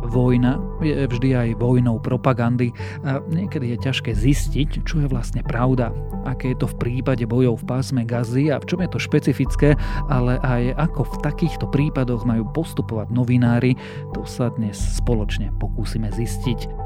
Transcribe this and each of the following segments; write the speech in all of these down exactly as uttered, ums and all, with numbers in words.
Vojna je vždy aj vojnou propagandy a niekedy je ťažké zistiť, čo je vlastne pravda. Aké je to v prípade bojov v pásme Gazy a v čom je to špecifické, ale aj ako v takýchto prípadoch majú postupovať novinári, to sa dnes spoločne pokúsime zistiť.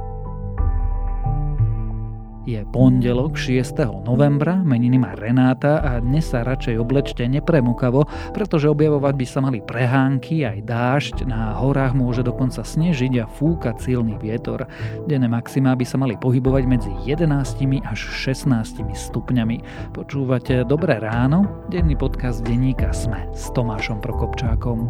Je pondelok šiesteho novembra, meniny má Renáta a dnes sa radšej oblečte nepremukavo, pretože objavovať by sa mali prehánky aj dážď, na horách môže dokonca snežiť a fúkať silný vietor. Denné maximá by sa mali pohybovať medzi jedenástimi až šestnástimi stupňami. Počúvate Dobré ráno? Denný podcast denníka SME s Tomášom Prokopčákom.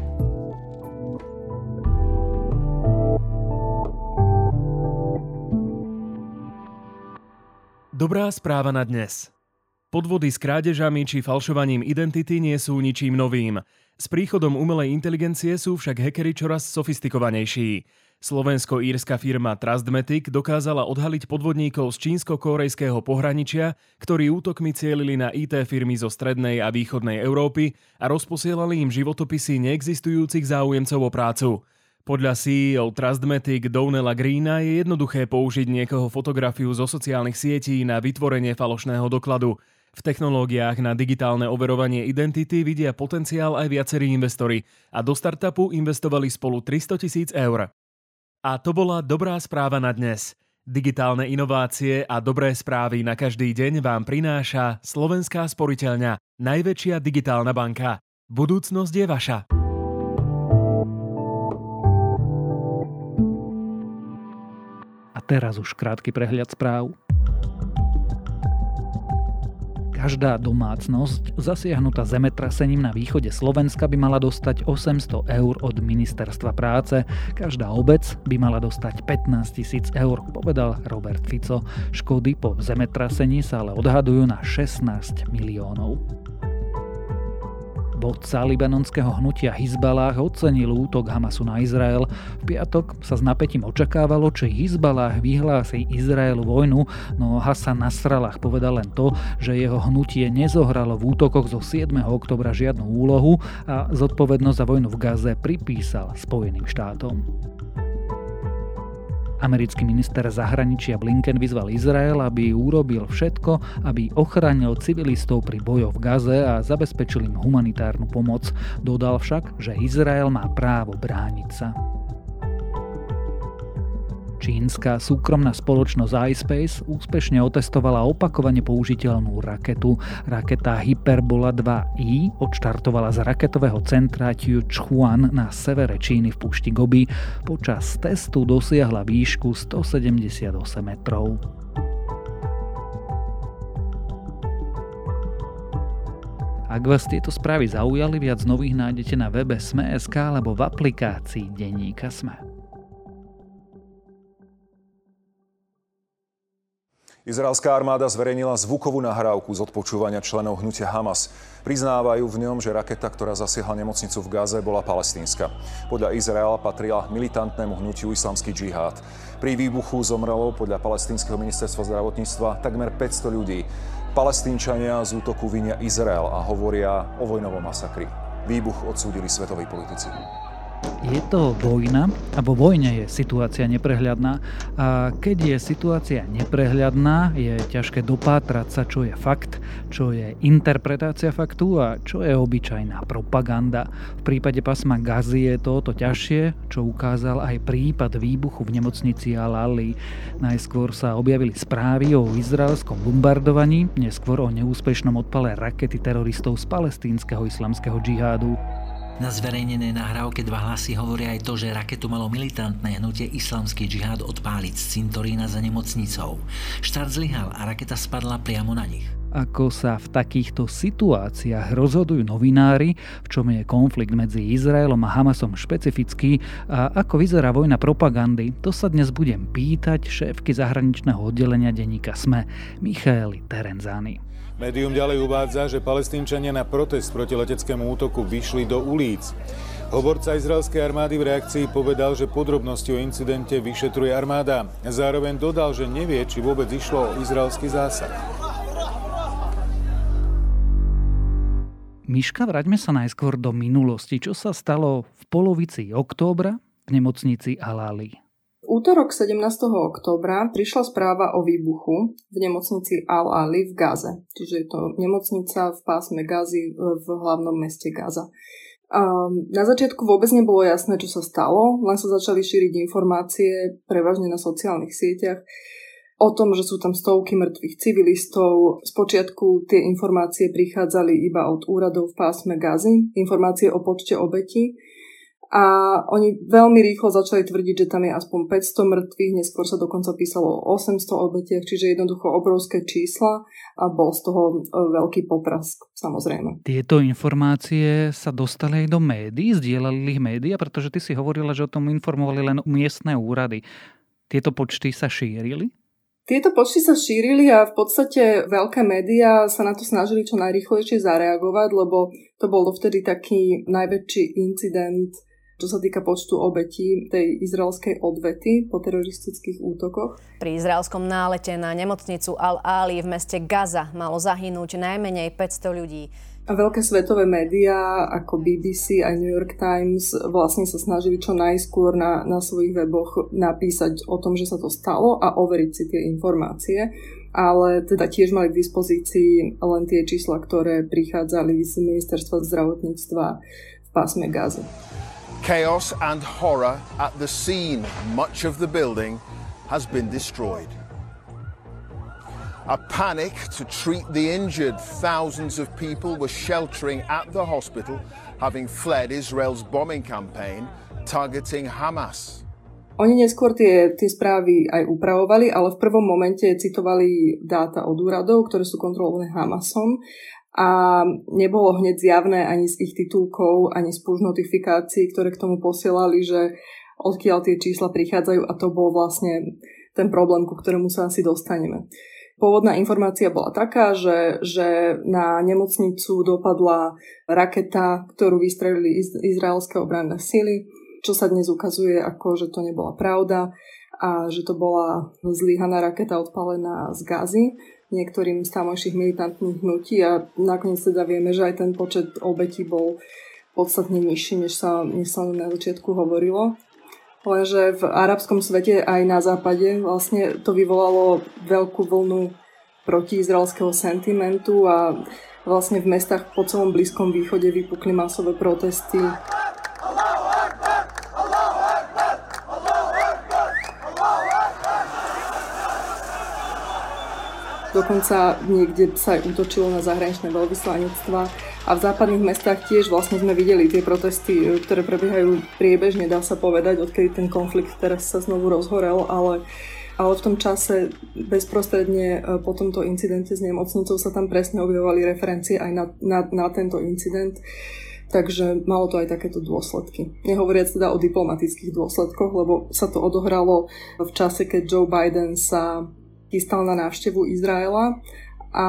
Dobrá správa na dnes. Podvody s krádežami či falšovaním identity nie sú ničím novým. S príchodom umelej inteligencie sú však hackeri čoraz sofistikovanejší. Slovensko-írska firma Trustmatic dokázala odhaliť podvodníkov z čínsko-kórejského pohraničia, ktorí útokmi cielili na í té firmy zo strednej a východnej Európy a rozposielali im životopisy neexistujúcich záujemcov o prácu. Podľa sí í ó Trustmatic Donnella Greena je jednoduché použiť niekoho fotografiu zo sociálnych sietí na vytvorenie falošného dokladu. V technológiách na digitálne overovanie identity vidia potenciál aj viacerí investori a do startupu investovali spolu tristotisíc eur. A to bola dobrá správa na dnes. Digitálne inovácie a dobré správy na každý deň vám prináša Slovenská sporiteľňa, najväčšia digitálna banka. Budúcnosť je vaša. A teraz už krátky prehľad správ. Každá domácnosť zasiahnutá zemetrasením na východe Slovenska by mala dostať osemsto eur od Ministerstva práce. Každá obec by mala dostať pätnásť tisíc eur, povedal Robert Fico. Škody po zemetrasení sa ale odhadujú na šestnásť miliónov. Vodca libanonského hnutia Hizballáh ocenil útok Hamasu na Izrael. V piatok sa s napätím očakávalo, či Hizballáh vyhlási Izraelu vojnu, no Hasan Nasrallah povedal len to, že jeho hnutie nezohralo v útokoch zo siedmeho októbra žiadnu úlohu a zodpovednosť za vojnu v Gaze pripísal Spojeným štátom. Americký minister zahraničia Blinken vyzval Izrael, aby urobil všetko, aby ochránil civilistov pri bojoch v Gaze a zabezpečil im humanitárnu pomoc. Dodal však, že Izrael má právo brániť sa. Čínska súkromná spoločnosť iSpace úspešne otestovala opakovane použiteľnú raketu. Raketa Hyperbola dva í odštartovala z raketového centra Tianquan na severe Číny v púšti Gobi. Počas testu dosiahla výšku stosedemdesiatosem metrov. Ak vás tieto správy zaujali, viac nových nájdete na webe es em e bodka es ká alebo v aplikácii denníka SME. Izraelská armáda zverejnila zvukovú nahrávku z odpočúvania členov hnutia Hamas. Priznávajú v ňom, že raketa, ktorá zasiahla nemocnicu v Gaze, bola palestínska. Podľa Izraela patrila militantnému hnutiu Islamský džihád. Pri výbuchu zomrelo podľa palestínskeho ministerstva zdravotníctva takmer päťsto ľudí. Palestínčania z útoku vinia Izrael a hovoria o vojnovom masakri. Výbuch odsúdili svetoví politici. Je to vojna a vo vojne je situácia neprehľadná a keď je situácia neprehľadná, je ťažké dopátrať sa, čo je fakt, čo je interpretácia faktu a čo je obyčajná propaganda. V prípade pásma Gazy je to o to ťažšie, čo ukázal aj prípad výbuchu v nemocnici Al-Ali. Najskôr sa objavili správy o izraelskom bombardovaní, neskôr o neúspešnom odpale rakety teroristov z palestínskeho islamského džihádu. Na zverejnenej nahrávke dva hlasy hovoria aj to, že raketu malo militantné hnutie Islamský džihad odpáliť z cintorína za nemocnicou. Štart zlyhal a raketa spadla priamo na nich. Ako sa v takýchto situáciách rozhodujú novinári, v čom je konflikt medzi Izraelom a Hamasom špecifický a ako vyzerá vojna propagandy, to sa dnes budem pýtať šéfky zahraničného oddelenia denníka SME Michaely Terenzány. Médium ďalej uvádza, že Palestínčania na protest proti leteckému útoku vyšli do ulíc. Hovorca izraelskej armády v reakcii povedal, že podrobnosti o incidente vyšetruje armáda. Zároveň dodal, že nevie, či vôbec išlo o izraelský zásah. Miška, vráťme sa najskôr do minulosti. Čo sa stalo v polovici októbra v nemocnici Al-Ali? V útorok sedemnásteho októbra prišla správa o výbuchu v nemocnici Al-Ali v Gaze. Čiže je to nemocnica v pásme Gazy v hlavnom meste Gaza. Um, na začiatku vôbec nebolo jasné, čo sa stalo, len sa začali šíriť informácie, prevažne na sociálnych sieťach, o tom, že sú tam stovky mŕtvych civilistov. Spočiatku tie informácie prichádzali iba od úradov v pásme Gazy, informácie o počte obetí. A oni veľmi rýchlo začali tvrdiť, že tam je aspoň päťsto mŕtvych, neskôr sa dokonca písalo o osemsto obetiach, čiže jednoducho obrovské čísla a bol z toho veľký poprask, samozrejme. Tieto informácie sa dostali aj do médií, zdieľali ich médiá, pretože ty si hovorila, že o tom informovali len miestne úrady. Tieto počty sa šírili? Tieto počty sa šírili a v podstate veľké médiá sa na to snažili čo najrýchlejšie zareagovať, lebo to bol dovtedy taký najväčší incident, čo sa týka počtu obetí tej izraelskej odvety po teroristických útokoch. Pri izraelskom nálete na nemocnicu Al-Ali v meste Gaza malo zahynúť najmenej päťsto ľudí. A veľké svetové médiá ako bé bé cé aj New York Times vlastne sa snažili čo najskôr na, na svojich weboch napísať o tom, že sa to stalo a overiť si tie informácie. Ale teda tiež mali k dispozícii len tie čísla, ktoré prichádzali z ministerstva zdravotníctva v pásme Gazy. Chaos and horror at the scene. Much of the building has been destroyed. A panic to treat the injured. Thousands of people were sheltering at the hospital, having fled Israel's bombing campaign targeting Hamas. Oni neskôr tie, tie správy aj upravovali, ale v prvom momente citovali dáta od úradov, ktoré sú kontrolované Hamasom. A nebolo hneď zjavné ani z ich titulkov, ani z push notifikácií, ktoré k tomu posielali, že odkiaľ tie čísla prichádzajú, a to bol vlastne ten problém, ku ktorému sa asi dostaneme. Pôvodná informácia bola taká, že, že na nemocnicu dopadla raketa, ktorú vystrelili iz, izraelské obranné sily, čo sa dnes ukazuje ako, že to nebola pravda a že to bola zlyhaná raketa odpálená z Gazy niektorým z tamojších militantných hnutí a nakoniec teda vieme, že aj ten počet obetí bol podstatne nižší, než sa, než sa na začiatku hovorilo. Lenže v arabskom svete aj na západe vlastne to vyvolalo veľkú vlnu protiizraelského sentimentu a vlastne v mestách po celom Blízkom východe vypukli masové protesty. Dokonca niekde sa aj útočilo na zahraničné veľvyslanectvá a v západných mestách tiež vlastne sme videli tie protesty, ktoré prebiehajú priebežne, dá sa povedať, odkedy ten konflikt teraz sa znovu rozhorel, ale, ale v tom čase bezprostredne po tomto incidente s nemocnicou sa tam presne objavovali referencie aj na, na, na tento incident. Takže malo to aj takéto dôsledky. Nehovoriac teda o diplomatických dôsledkoch, lebo sa to odohralo v čase, keď Joe Biden sa chystal na návštevu Izraela a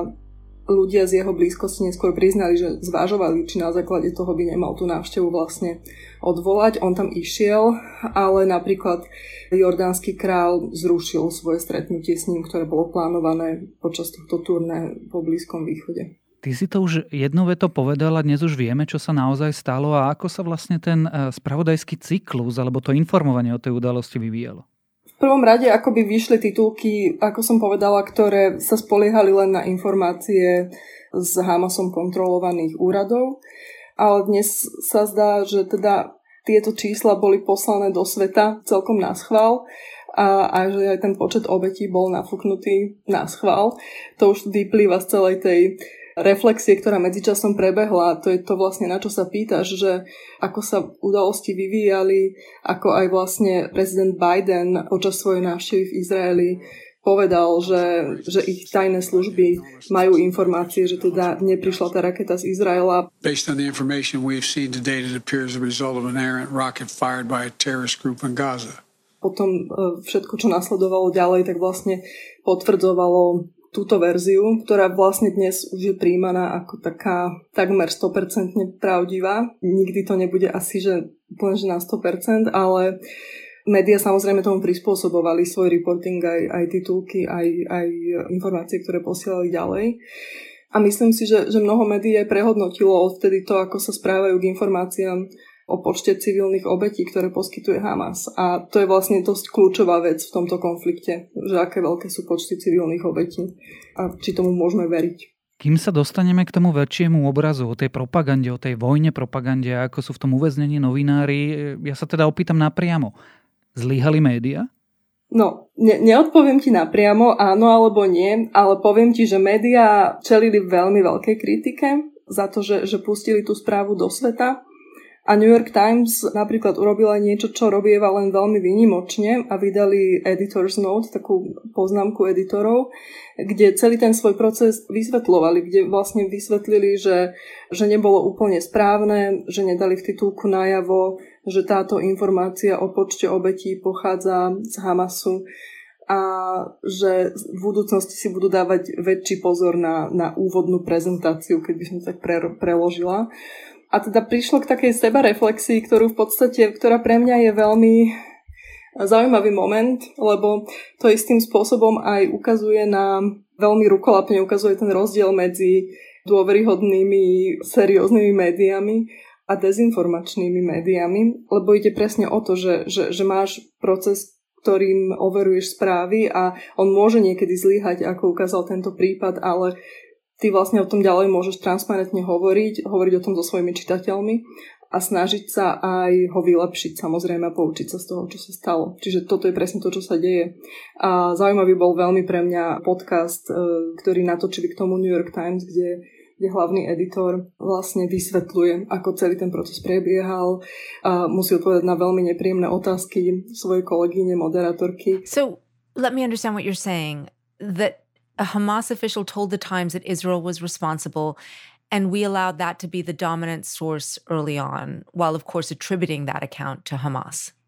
ľudia z jeho blízkosti neskôr priznali, že zvažovali, či na základe toho by nemal tú návštevu vlastne odvolať. On tam išiel, ale napríklad jordánsky kráľ zrušil svoje stretnutie s ním, ktoré bolo plánované počas tohto turné po Blízkom východe. Ty si to už jednou vetou povedala, dnes už vieme, čo sa naozaj stalo a ako sa vlastne ten spravodajský cyklus alebo to informovanie o tej udalosti vyvíjalo. V prvom rade akoby vyšli titulky, ako som povedala, ktoré sa spoliehali len na informácie z Hamasom kontrolovaných úradov, ale dnes sa zdá, že teda tieto čísla boli poslané do sveta celkom naschvál a, a že aj ten počet obetí bol nafúknutý naschvál. To už vyplýva z celej tej reflexie, ktorá medzičasom prebehla. To je to vlastne, na čo sa pýtaš, že ako sa udalosti vyvíjali, ako aj vlastne prezident Biden počas svojej návštevy v Izraeli povedal, že, že ich tajné služby majú informácie, že teda neprišla tá raketa z Izraela. Based on the information we've seen today, it appears a result of an errant rocket fired by a terrorist group in Gaza. Potom všetko, čo nasledovalo ďalej, tak vlastne potvrdzovalo túto verziu, ktorá vlastne dnes už je príjmaná ako taká takmer sto percent pravdivá. Nikdy to nebude asi, že úplne že na sto percent, ale médiá samozrejme tomu prispôsobovali svoj reporting, aj, aj titulky, aj, aj informácie, ktoré posielali ďalej. A myslím si, že, že mnoho médií aj prehodnotilo odtedy to, ako sa správajú k informáciám o počte civilných obetí, ktoré poskytuje Hamas. A to je vlastne dosť kľúčová vec v tomto konflikte, že aké veľké sú počty civilných obetí a či tomu môžeme veriť. Kým sa dostaneme k tomu väčšiemu obrazu, o tej propagande, o tej vojne propagande, ako sú v tom uväznení novinári, ja sa teda opýtam napriamo. Zlyhali médiá? No, ne- neodpoviem ti napriamo áno alebo nie, ale poviem ti, že médiá čelili veľmi veľkej kritike za to, že, že pustili tú správu do sveta. A New York Times napríklad urobila niečo, čo robieva len veľmi výnimočne a vydali editor's note, takú poznámku editorov, kde celý ten svoj proces vysvetľovali, kde vlastne vysvetlili, že, že nebolo úplne správne, že nedali v titulku najavo, že táto informácia o počte obetí pochádza z Hamasu a že v budúcnosti si budú dávať väčší pozor na, na úvodnú prezentáciu, keď by som to tak pre, preložila. A teda prišlo k takej sebareflexii, ktorú v podstate, ktorá pre mňa je veľmi zaujímavý moment, lebo to istým spôsobom aj ukazuje na, veľmi rukolapne ukazuje ten rozdiel medzi dôveryhodnými, serióznymi médiami a dezinformačnými médiami, lebo ide presne o to, že, že, že máš proces, ktorým overuješ správy a on môže niekedy zlyhať, ako ukázal tento prípad, ale ty vlastne o tom ďalej môžeš transparentne hovoriť, hovoriť o tom so svojimi čitateľmi a snažiť sa aj ho vylepšiť, samozrejme, a poučiť sa z toho, čo sa stalo. Čiže toto je presne to, čo sa deje. A zaujímavý bol veľmi pre mňa podcast, ktorý natočili k tomu New York Times, kde, kde hlavný editor vlastne vysvetľuje, ako celý ten proces prebiehal a musí odpovedať na veľmi nepríjemné otázky svojej kolegyne, moderátorky. So, let me understand what you're saying. That a Hamas official told the Times that Israel was responsible, and we allowed that to be the dominant source early on, while of course attributing that account to Hamas.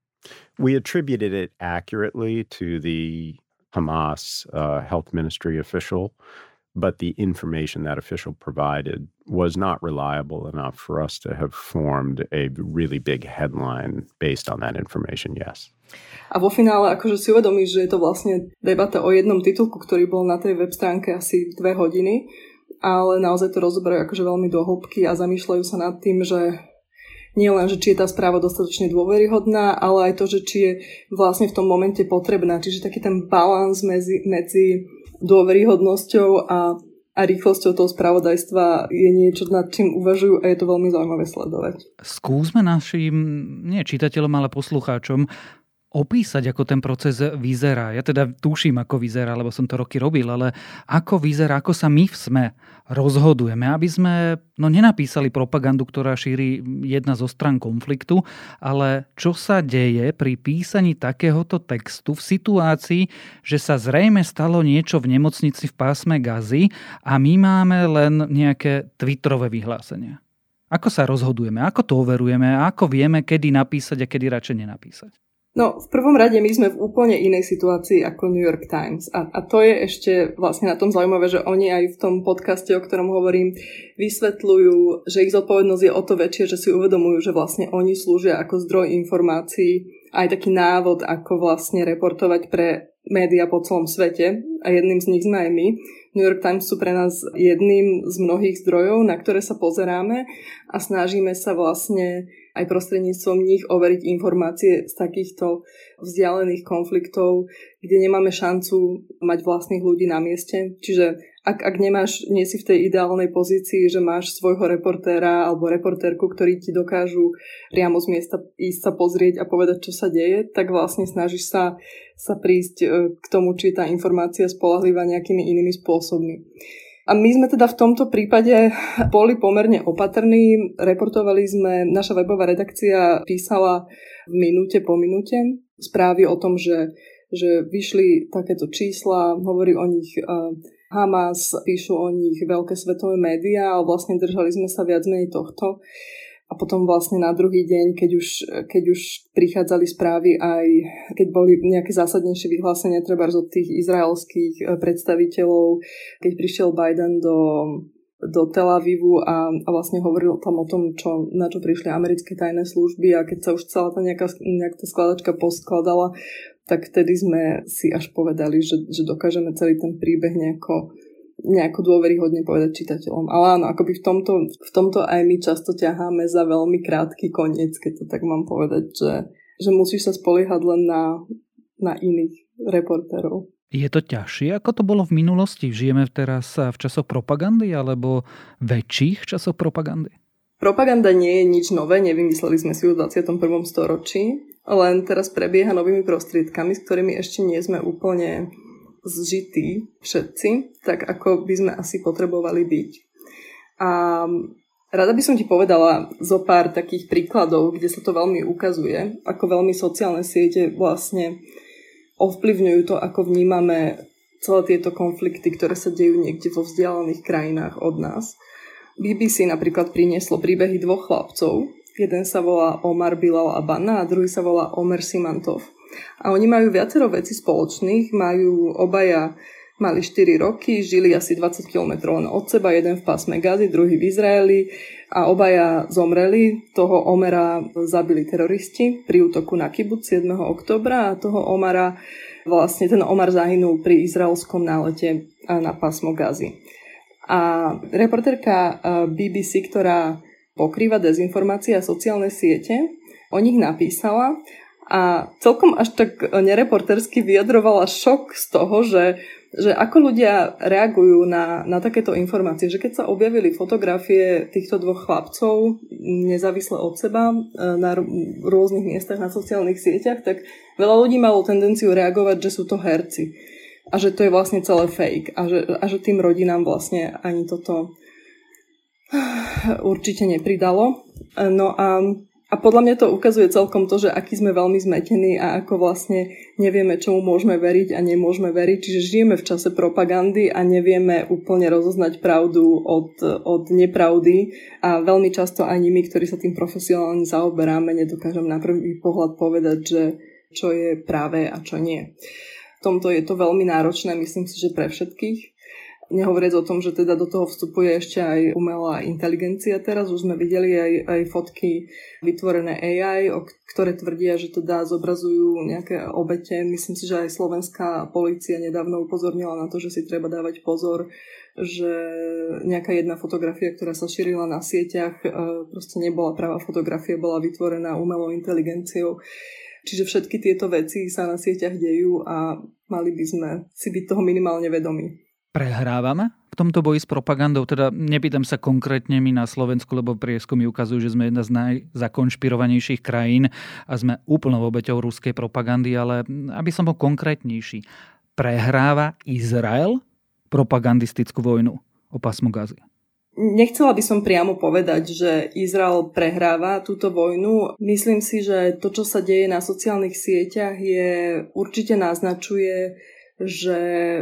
We attributed it accurately to the Hamas uh, health ministry official, but the information that official provided was not reliable enough for us to have formed a really big headline based on that information, yes. A vo finále akože si uvedomíš, že je to vlastne debata o jednom titulku, ktorý bol na tej web stránke asi dve hodiny, ale naozaj to rozoberajú akože veľmi do hĺbky a zamýšľajú sa nad tým, že nie len, že či je tá správa dostatočne dôveryhodná, ale aj to, že či je vlastne v tom momente potrebná. Čiže taký ten balans medzi, medzi dôveryhodnosťou a, a rýchlosťou toho spravodajstva je niečo, nad čím uvažujú a je to veľmi zaujímavé sledovať. Skúsme našim, nie čitateľom, ale poslucháčom opísať, ako ten proces vyzerá. Ja teda tuším, ako vyzerá, lebo som to roky robil, ale ako vyzerá, ako sa my v SME rozhodujeme, aby sme no, nenapísali propagandu, ktorá šíri jedna zo strán konfliktu, ale čo sa deje pri písaní takéhoto textu v situácii, že sa zrejme stalo niečo v nemocnici v pásme Gazy a my máme len nejaké twitterové vyhlásenia. Ako sa rozhodujeme, ako to overujeme a ako vieme, kedy napísať a kedy radšej nenapísať? No, v prvom rade my sme v úplne inej situácii ako New York Times. A, a to je ešte vlastne na tom zaujímavé, že oni aj v tom podcaste, o ktorom hovorím, vysvetľujú, že ich zodpovednosť je o to väčšie, že si uvedomujú, že vlastne oni slúžia ako zdroj informácií, aj taký návod, ako vlastne reportovať pre médiá po celom svete. A jedným z nich sme aj my. New York Times sú pre nás jedným z mnohých zdrojov, na ktoré sa pozeráme a snažíme sa vlastne aj prostredníctvom nich overiť informácie z takýchto vzdialených konfliktov, kde nemáme šancu mať vlastných ľudí na mieste. Čiže ak, ak nemáš, nie si v tej ideálnej pozícii, že máš svojho reportéra alebo reportérku, ktorí ti dokážu priamo z miesta ísť sa pozrieť a povedať, čo sa deje, tak vlastne snažíš sa, sa prísť k tomu, či je tá informácia spoľahlivá nejakými inými spôsobmi. A my sme teda v tomto prípade boli pomerne opatrní. Reportovali sme, naša webová redakcia písala v minúte po minúte správy o tom, že, že vyšli takéto čísla, hovorí o nich uh, Hamas, píšu o nich veľké svetové médiá, ale vlastne držali sme sa viac menej tohto. A potom vlastne na druhý deň, keď už, keď už prichádzali správy aj, keď boli nejaké zásadnejšie vyhlásenia treba od tých izraelských predstaviteľov, keď prišiel Biden do, do Tel Avivu a, a vlastne hovoril tam o tom, čo, na čo prišli americké tajné služby a keď sa už celá tá nejaká, nejaká tá skladačka poskladala, tak vtedy sme si až povedali, že, že dokážeme celý ten príbeh nejako nejako dôveryhodne povedať čitateľom. Ale áno, akoby v tomto, v tomto aj my často ťaháme za veľmi krátky koniec, keď to tak mám povedať, že, že musíš sa spoliehať len na, na iných reportérov. Je to ťažšie, ako to bolo v minulosti? Žijeme teraz v časoch propagandy alebo väčších časoch propagandy? Propaganda nie je nič nové, nevymysleli sme si ju v dvadsiatom prvom storočí, len teraz prebieha novými prostriedkami, s ktorými ešte nie sme úplne zžití všetci, tak ako by sme asi potrebovali byť. A rada by som ti povedala zo pár takých príkladov, kde sa to veľmi ukazuje, ako veľmi sociálne siete vlastne ovplyvňujú to, ako vnímame celé tieto konflikty, ktoré sa dejú niekde vo vzdialených krajinách od nás. bé bé cé napríklad prinieslo príbehy dvoch chlapcov. Jeden sa volá Omar Bilal Abana a druhý sa volá Omer Simantov. A oni majú viacero vecí spoločných. Majú obaja, mali štyri roky, žili asi dvadsať kilometrov len od seba, jeden v pásme Gazy, druhý v Izraeli a obaja zomreli. Toho Omera zabili teroristi pri útoku na kibuc siedmeho októbra a toho Omara, vlastne ten Omar zahynul pri izraelskom nálete na pásmo Gazy. A reportérka bé bé cé, ktorá pokrýva dezinformácie a sociálne siete, o nich napísala a celkom až tak nereportérsky vyjadrovala šok z toho, že, že ako ľudia reagujú na, na takéto informácie, že keď sa objavili fotografie týchto dvoch chlapcov nezávisle od seba na rôznych miestach na sociálnych sieťach, tak veľa ľudí malo tendenciu reagovať, že sú to herci. A že to je vlastne celé fake. A že, a že tým rodinám vlastne ani toto určite nepridalo. No a, a podľa mňa to ukazuje celkom to, že aký sme veľmi zmetení a ako vlastne nevieme, čomu môžeme veriť a nemôžeme veriť. Čiže žijeme v čase propagandy a nevieme úplne rozoznať pravdu od, od nepravdy. A veľmi často ani my, ktorí sa tým profesionálne zaoberáme, nedokážem na prvý pohľad povedať, že čo je práve a čo nie. V tomto je to veľmi náročné, myslím si, že pre všetkých. Nehovoriac o tom, že teda do toho vstupuje ešte aj umelá inteligencia teraz. Už sme videli aj, aj fotky vytvorené á í, ktoré tvrdia, že teda zobrazujú nejaké obete. Myslím si, že aj slovenská polícia nedávno upozornila na to, že si treba dávať pozor, že nejaká jedna fotografia, ktorá sa šírila na sieťach, proste nebola pravá fotografia, bola vytvorená umelou inteligenciou. Čiže všetky tieto veci sa na sieťach dejú a mali by sme si byť toho minimálne vedomí. Prehrávame v tomto boji s propagandou? Teda nepýtam sa konkrétne my na Slovensku, lebo prieskumy ukazujú, že sme jedna z najzakonšpirovanejších krajín a sme úplnou obeťou ruskej propagandy, ale aby som bol konkrétnejší. Prehráva Izrael propagandistickú vojnu o pásmo Gazy? Nechcela by som priamo povedať, že Izrael prehráva túto vojnu. Myslím si, že to, čo sa deje na sociálnych sieťach, je určite naznačuje, že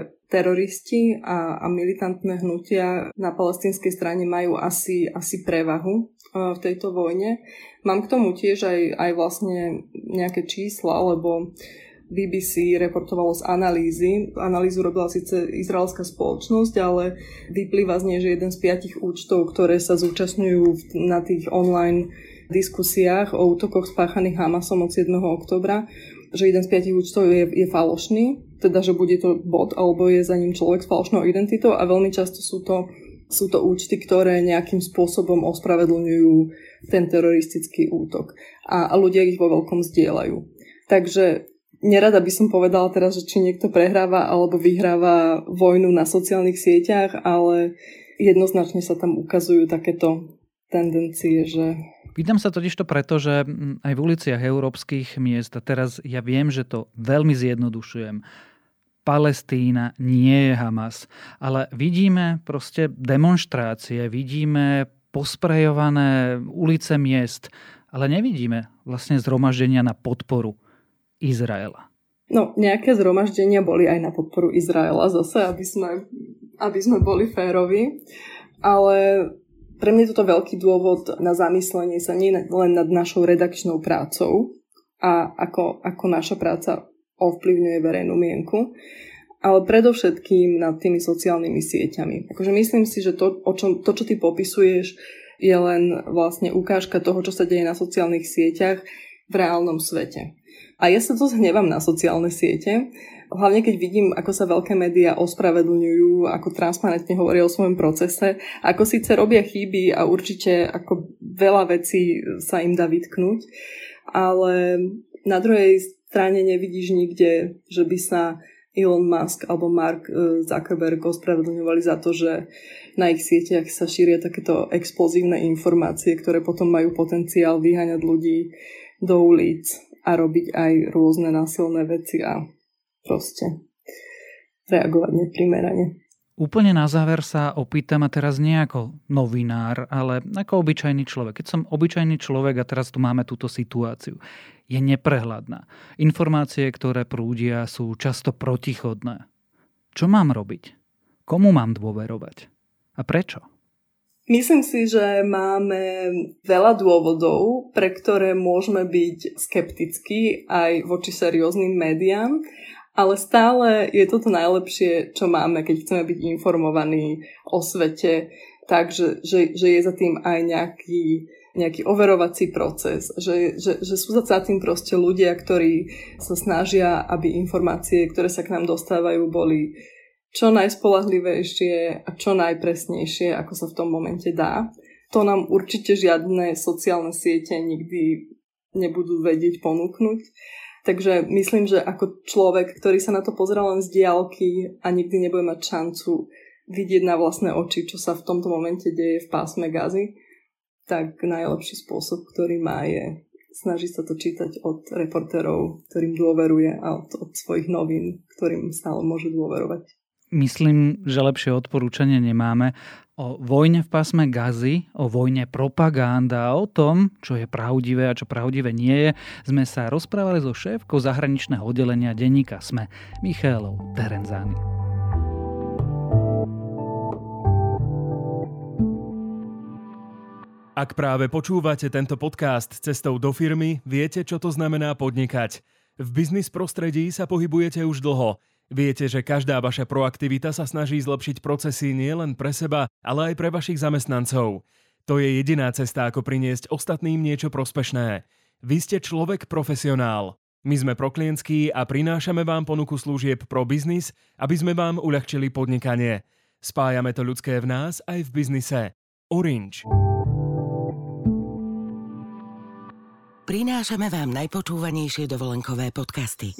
teroristi a, a militantné hnutia na palestínskej strane majú asi, asi prevahu v tejto vojne. Mám k tomu tiež aj, aj vlastne nejaké čísla, lebo bé bé cé reportovalo z analýzy. Analýzu robila síce izraelská spoločnosť, ale vyplýva z nej, že jeden z piatich účtov, ktoré sa zúčastňujú na tých online diskusiách o útokoch spáchaných Hamasom od siedmeho októbra, že jeden z piatich účtov je, je falošný, teda že bude to bot alebo je za ním človek s falošnou identitou a veľmi často sú to, sú to účty, ktoré nejakým spôsobom ospravedlňujú ten teroristický útok a, a ľudia ich vo veľkom zdieľajú. Takže nerada by som povedala teraz, že či niekto prehráva alebo vyhráva vojnu na sociálnych sieťach, ale jednoznačne sa tam ukazujú takéto tendencie, že... Pýtam sa totiž to preto, že aj v uliciach európskych miest, a teraz ja viem, že to veľmi zjednodušujem, Palestína nie je Hamas, ale vidíme proste demonštrácie, vidíme posprejované ulice miest, ale nevidíme vlastne zhromaždenia na podporu Izraela. No, nejaké zhromaždenia boli aj na podporu Izraela zase, aby sme, aby sme boli férovi, ale pre mňa je toto veľký dôvod na zamyslenie sa nie len nad našou redakčnou prácou a ako, ako naša práca ovplyvňuje verejnú mienku, ale predovšetkým nad tými sociálnymi sieťami. Akože myslím si, že to, o čom, to, čo ty popisuješ, je len vlastne ukážka toho, čo sa deje na sociálnych sieťach v reálnom svete. A ja sa dosť hnevám na sociálne siete, hlavne keď vidím, ako sa veľké médiá ospravedlňujú, ako transparentne hovoria o svojom procese, ako síce robia chyby a určite ako veľa vecí sa im dá vytknúť, ale na druhej strane nevidíš nikde, že by sa Elon Musk alebo Mark Zuckerberg ospravedlňovali za to, že na ich sieťach sa šíria takéto explozívne informácie, ktoré potom majú potenciál vyháňať ľudí do ulic a robiť aj rôzne násilné veci a proste reagovať neprimerane. Úplne na záver sa opýtam, a teraz nie ako novinár, ale ako obyčajný človek. Keď som obyčajný človek a teraz tu máme túto situáciu, je neprehľadná. Informácie, ktoré prúdia, sú často protichodné. Čo mám robiť? Komu mám dôverovať? A prečo? Myslím si, že máme veľa dôvodov, pre ktoré môžeme byť skeptickí aj voči serióznym médiám, ale stále je toto najlepšie, čo máme, keď chceme byť informovaní o svete, takže že, že je za tým aj nejaký, nejaký overovací proces, že, že, že sú za tým proste ľudia, ktorí sa snažia, aby informácie, ktoré sa k nám dostávajú, boli čo najspoľahlivejšie a čo najpresnejšie, ako sa v tom momente dá. To nám určite žiadne sociálne siete nikdy nebudú vedieť ponúknuť. Takže myslím, že ako človek, ktorý sa na to pozerá len z diaľky a nikdy nebude mať šancu vidieť na vlastné oči, čo sa v tomto momente deje v pásme Gazy, tak najlepší spôsob, ktorý má, je snažiť sa to čítať od reportérov, ktorým dôveruje, a od, od svojich novín, ktorým stále môže dôverovať. Myslím, že lepšie odporúčanie nemáme. O vojne v pásme Gazy, o vojne propaganda a o tom, čo je pravdivé a čo pravdivé nie je, sme sa rozprávali so šéfkou zahraničného oddelenia denníka SME, Michaelou Terenzány. Ak práve počúvate tento podcast cestou do firmy, viete, čo to znamená podnikať. V biznis prostredí sa pohybujete už dlho. Viete, že každá vaša proaktivita sa snaží zlepšiť procesy nielen pre seba, ale aj pre vašich zamestnancov. To je jediná cesta, ako priniesť ostatným niečo prospešné. Vy ste človek profesionál. My sme proklientskí a prinášame vám ponuku služieb pro biznis, aby sme vám uľahčili podnikanie. Spájame to ľudské v nás aj v biznise. Orange. Prinášame vám najpočúvanejšie dovolenkové podcasty.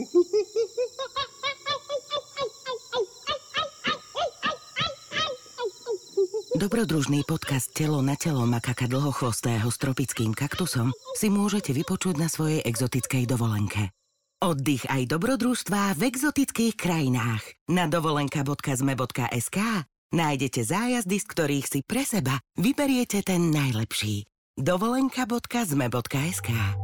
Dobrodružný podcast Telo na telo makaka dlhochvostého s tropickým kaktusom si môžete vypočuť na svojej exotickej dovolenke. Oddych aj dobrodružstvá v exotických krajinách. Na dovolenka bodka zme bodka es ká nájdete zájazdy, z ktorých si pre seba vyberiete ten najlepší. dovolenka bodka zme bodka es ká.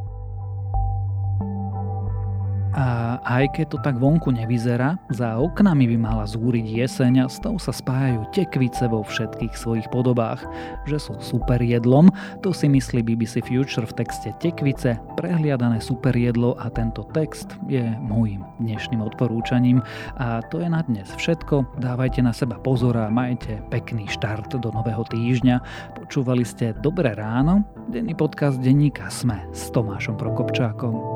A aj keď to tak vonku nevyzerá, za oknami by mala zúriť jeseň a s tou sa spájajú tekvice vo všetkých svojich podobách. Že sú super jedlom, to si myslí bé bé cé Future v texte Tekvice, prehliadané super jedlo, a tento text je môjim dnešným odporúčaním. A to je na dnes všetko. Dávajte na seba pozor a majte pekný štart do nového týždňa. Počúvali ste Dobré ráno, denný podcast denníka SME s Tomášom Prokopčákom.